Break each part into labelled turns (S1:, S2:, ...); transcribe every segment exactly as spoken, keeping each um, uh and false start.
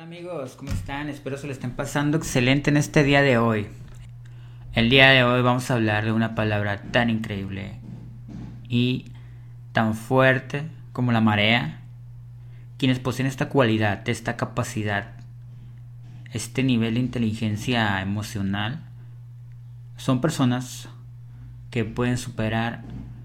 S1: Amigos, ¿cómo están? Espero se lo estén pasando excelente en este día de hoy. El día de hoy vamos a hablar de una palabra tan increíble y tan fuerte como la marea. Quienes poseen esta cualidad, esta capacidad, este nivel de inteligencia emocional, son personas que pueden superar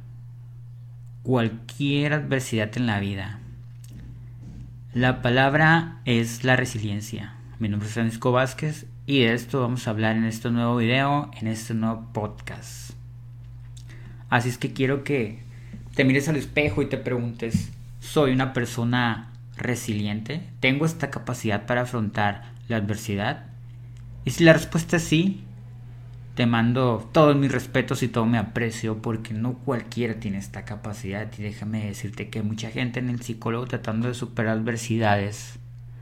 S1: cualquier adversidad en la vida. La palabra es la resiliencia. Mi nombre es Francisco Vázquez y de esto vamos a hablar en este nuevo video, en este nuevo podcast. Así es que quiero que te mires al espejo y te preguntes, ¿soy una persona resiliente? ¿Tengo esta capacidad para afrontar la adversidad? Y si la respuesta es sí, te mando todos mis respetos y todo mi aprecio, porque no cualquiera tiene esta capacidad. Y déjame decirte que hay mucha gente en el psicólogo tratando de superar adversidades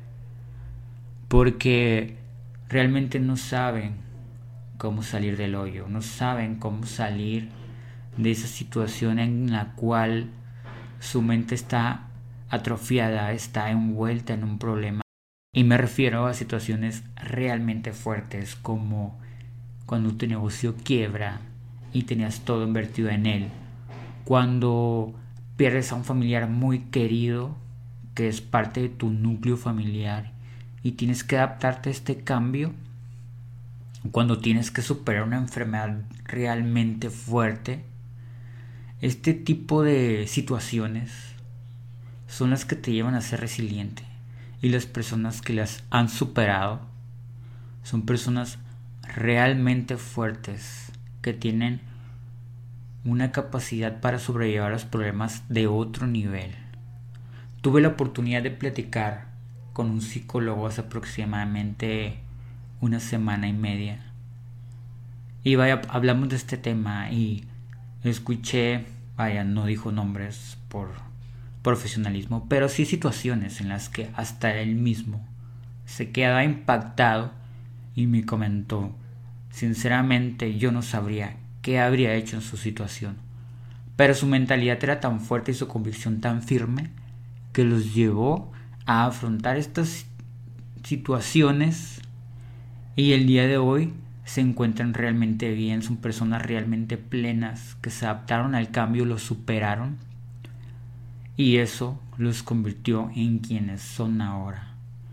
S1: porque realmente no saben cómo salir del hoyo, no saben cómo salir de esa situación en la cual su mente está atrofiada, está envuelta en un problema. Y me refiero a situaciones realmente fuertes, como cuando tu negocio quiebra y tenías todo invertido en él, cuando pierdes a un familiar muy querido que es parte de tu núcleo familiar y tienes que adaptarte a este cambio, cuando tienes que superar una enfermedad realmente fuerte. Este tipo de situaciones son las que te llevan a ser resiliente, y las personas que las han superado son personas realmente fuertes, que tienen una capacidad para sobrellevar los problemas de otro nivel. Tuve la oportunidad de platicar con un psicólogo hace aproximadamente una semana y media, y vaya, hablamos de este tema y escuché, vaya, no dijo nombres por profesionalismo, pero sí situaciones en las que hasta él mismo se quedaba impactado y me comentó: sinceramente yo no sabría qué habría hecho en su situación, pero su mentalidad era tan fuerte y su convicción tan firme que los llevó a afrontar estas situaciones, y el día de hoy se encuentran realmente bien. Son personas realmente plenas que se adaptaron al cambio, lo superaron, y eso los convirtió en quienes son ahora.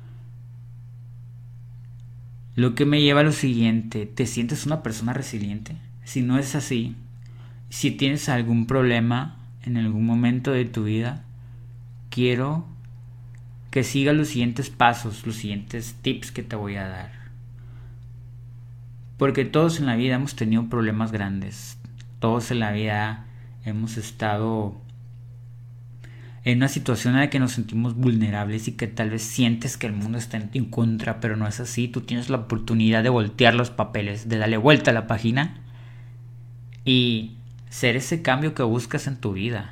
S1: Lo que me lleva a lo siguiente: ¿te sientes una persona resiliente? Si no es así, si tienes algún problema en algún momento de tu vida, quiero que sigas los siguientes pasos, los siguientes tips que te voy a dar. Porque todos en la vida hemos tenido problemas grandes. Todos en la vida hemos estado en una situación en la que nos sentimos vulnerables y que tal vez sientes que el mundo está en tu contra, pero no es así. Tú tienes la oportunidad de voltear los papeles, de darle vuelta a la página y ser ese cambio que buscas en tu vida.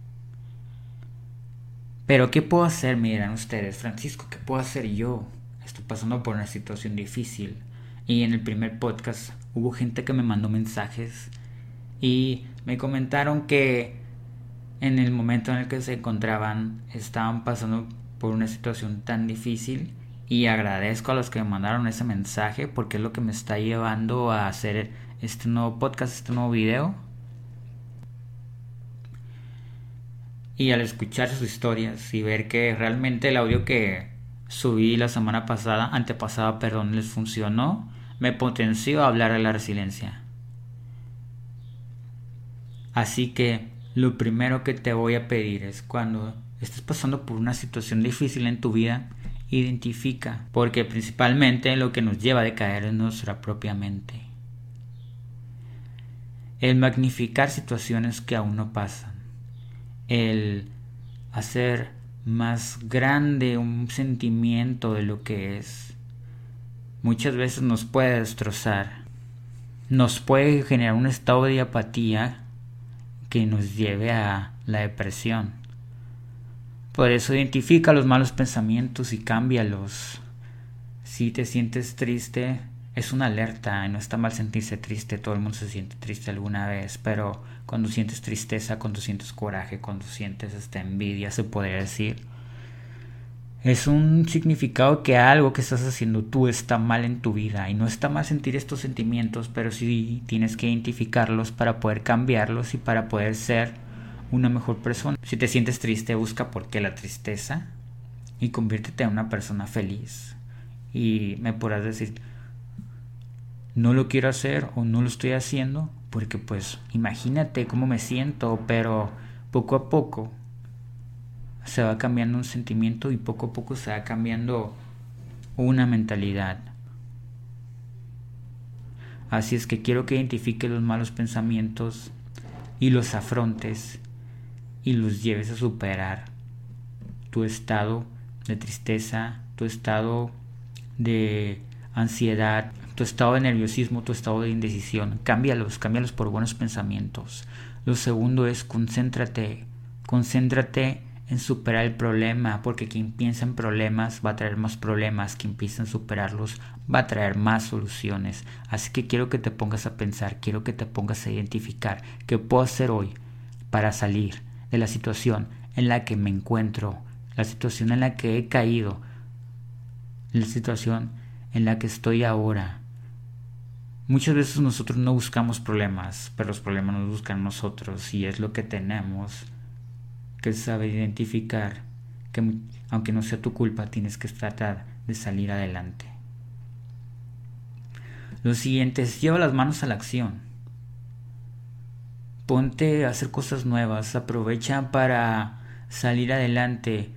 S1: Pero ¿qué puedo hacer? Me dirán ustedes: Francisco, ¿qué puedo hacer yo? Estoy pasando por una situación difícil. Y en el primer podcast hubo gente que me mandó mensajes y me comentaron que en el momento en el que se encontraban estaban pasando por una situación tan difícil, y agradezco a los que me mandaron ese mensaje, porque es lo que me está llevando a hacer este nuevo podcast, este nuevo video. Y al escuchar sus historias y ver que realmente el audio que subí la semana pasada, antepasada, perdón, les funcionó, me potenció a hablar de la resiliencia. Así que lo primero que te voy a pedir es, cuando estés pasando por una situación difícil en tu vida, identifica, porque principalmente lo que nos lleva a decaer es nuestra propia mente. El magnificar situaciones que aún no pasan, el hacer más grande un sentimiento de lo que es, muchas veces nos puede destrozar, nos puede generar un estado de apatía que nos lleve a la depresión. Por eso identifica los malos pensamientos y cámbialos. Si te sientes triste, es una alerta. No está mal sentirse triste, todo el mundo se siente triste alguna vez, pero cuando sientes tristeza, cuando sientes coraje, cuando sientes esta envidia, se podría decir, Es un significado que algo que estás haciendo tú está mal en tu vida, y no está mal sentir estos sentimientos, pero sí tienes que identificarlos para poder cambiarlos y para poder ser una mejor persona. Si te sientes triste, busca por qué la tristeza y conviértete en una persona feliz. Y me podrás decir, no lo quiero hacer o no lo estoy haciendo, porque pues imagínate cómo me siento, pero poco a poco se va cambiando un sentimiento y poco a poco se va cambiando una mentalidad. Así es que quiero que identifiques los malos pensamientos y los afrontes y los lleves a superar tu estado de tristeza, tu estado de ansiedad, tu estado de nerviosismo, tu estado de indecisión. Cámbialos, cámbialos por buenos pensamientos. Lo segundo es concéntrate, concéntrate en superar el problema, porque quien piensa en problemas va a traer más problemas, quien piensa en superarlos va a traer más soluciones. Así que quiero que te pongas a pensar, quiero que te pongas a identificar qué puedo hacer hoy para salir de la situación en la que me encuentro, la situación en la que he caído, la situación en la que estoy ahora. Muchas veces nosotros no buscamos problemas, pero los problemas nos buscan nosotros, y es lo que tenemos que saber identificar, que aunque no sea tu culpa, tienes que tratar de salir adelante. Lo siguiente es, lleva las manos a la acción. Ponte a hacer cosas nuevas, aprovecha para salir adelante.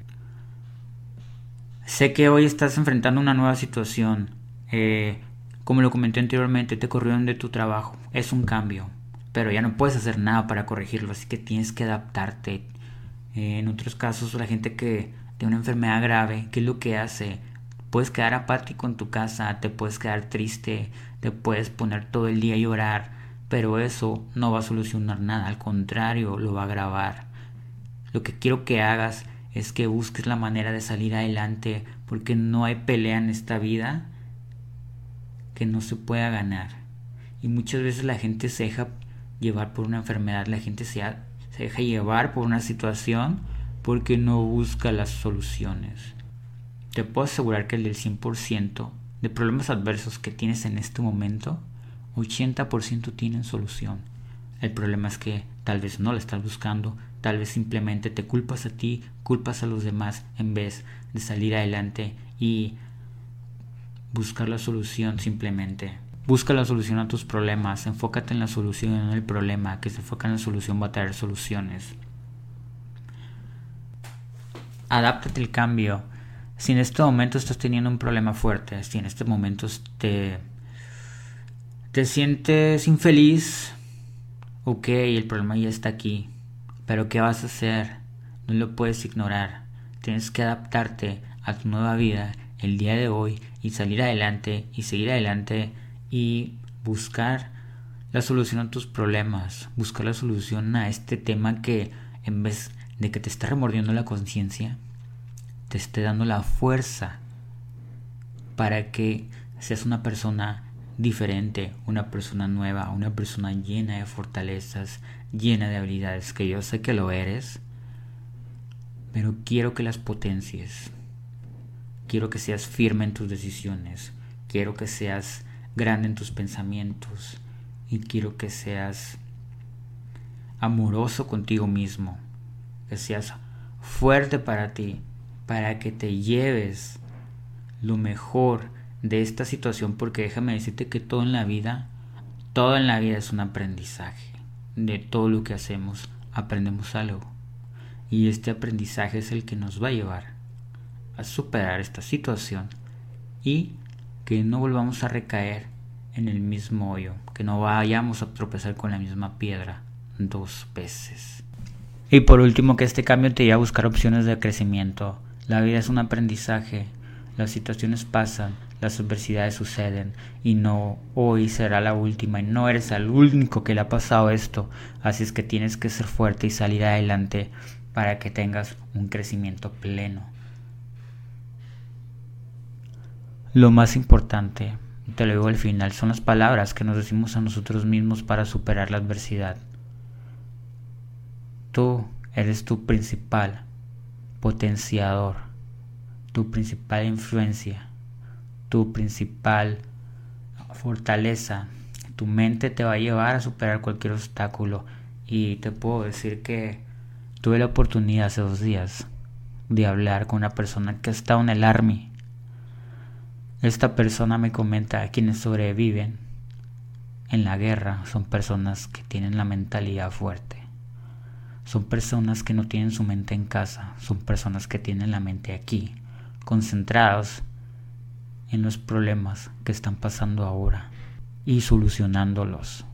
S1: Sé que hoy estás enfrentando una nueva situación. Eh, como lo comenté anteriormente, te corrieron de tu trabajo. Es un cambio, pero ya no puedes hacer nada para corregirlo, así que tienes que adaptarte. Eh, en otros casos, la gente que tiene una enfermedad grave, ¿qué es lo que hace? Puedes quedar apático en tu casa, te puedes quedar triste, te puedes poner todo el día a llorar, pero eso no va a solucionar nada, al contrario, lo va a agravar. Lo que quiero que hagas es que busques la manera de salir adelante, porque no hay pelea en esta vida que no se pueda ganar. Y muchas veces la gente se deja llevar por una enfermedad, la gente se, ha, se deja llevar por una situación porque no busca las soluciones. Te puedo asegurar que el del cien por ciento de problemas adversos que tienes en este momento, ochenta por ciento tienen solución. El problema es que tal vez no la estás buscando, tal vez simplemente te culpas a ti, culpas a los demás, en vez de salir adelante y buscar la solución. Simplemente busca la solución a tus problemas, enfócate en la solución y no en el problema. Que se enfoca en la solución va a traer soluciones. Adáptate al cambio. Si en este momento estás teniendo un problema fuerte, si en este momento te, te sientes infeliz, ok, el problema ya está aquí, pero ¿qué vas a hacer? No lo puedes ignorar. Tienes que adaptarte a tu nueva vida el día de hoy y salir adelante y seguir adelante y buscar la solución a tus problemas, buscar la solución a este tema que, en vez de que te esté remordiendo la conciencia, te esté dando la fuerza para que seas una persona diferente, una persona nueva, una persona llena de fortalezas, llena de habilidades, que yo sé que lo eres, pero quiero que las potencies. Quiero que seas firme en tus decisiones, quiero que seas grande en tus pensamientos y quiero que seas amoroso contigo mismo, que seas fuerte para ti, para que te lleves lo mejor de esta situación, porque déjame decirte que todo en la vida, todo en la vida es un aprendizaje. De todo lo que hacemos aprendemos algo, y este aprendizaje es el que nos va a llevar a superar esta situación y que no volvamos a recaer en el mismo hoyo, que no vayamos a tropezar con la misma piedra dos veces. Y por último, que este cambio te lleve a buscar opciones de crecimiento. La vida es un aprendizaje, las situaciones pasan, las adversidades suceden y no hoy será la última y no eres el único que le ha pasado esto, así es que tienes que ser fuerte y salir adelante para que tengas un crecimiento pleno. Lo más importante, te lo digo al final, son las palabras que nos decimos a nosotros mismos para superar la adversidad. Tú eres tu principal potenciador. tu principal influencia, tu principal fortaleza. Tu mente te va a llevar a superar cualquier obstáculo. Y te puedo decir que tuve la oportunidad hace dos días de hablar con una persona que ha estado en el Army. Esta persona me comenta que quienes sobreviven en la guerra son personas que tienen la mentalidad fuerte. Son personas que no tienen su mente en casa. Son personas que tienen la mente aquí, concentrados en los problemas que están pasando ahora y solucionándolos.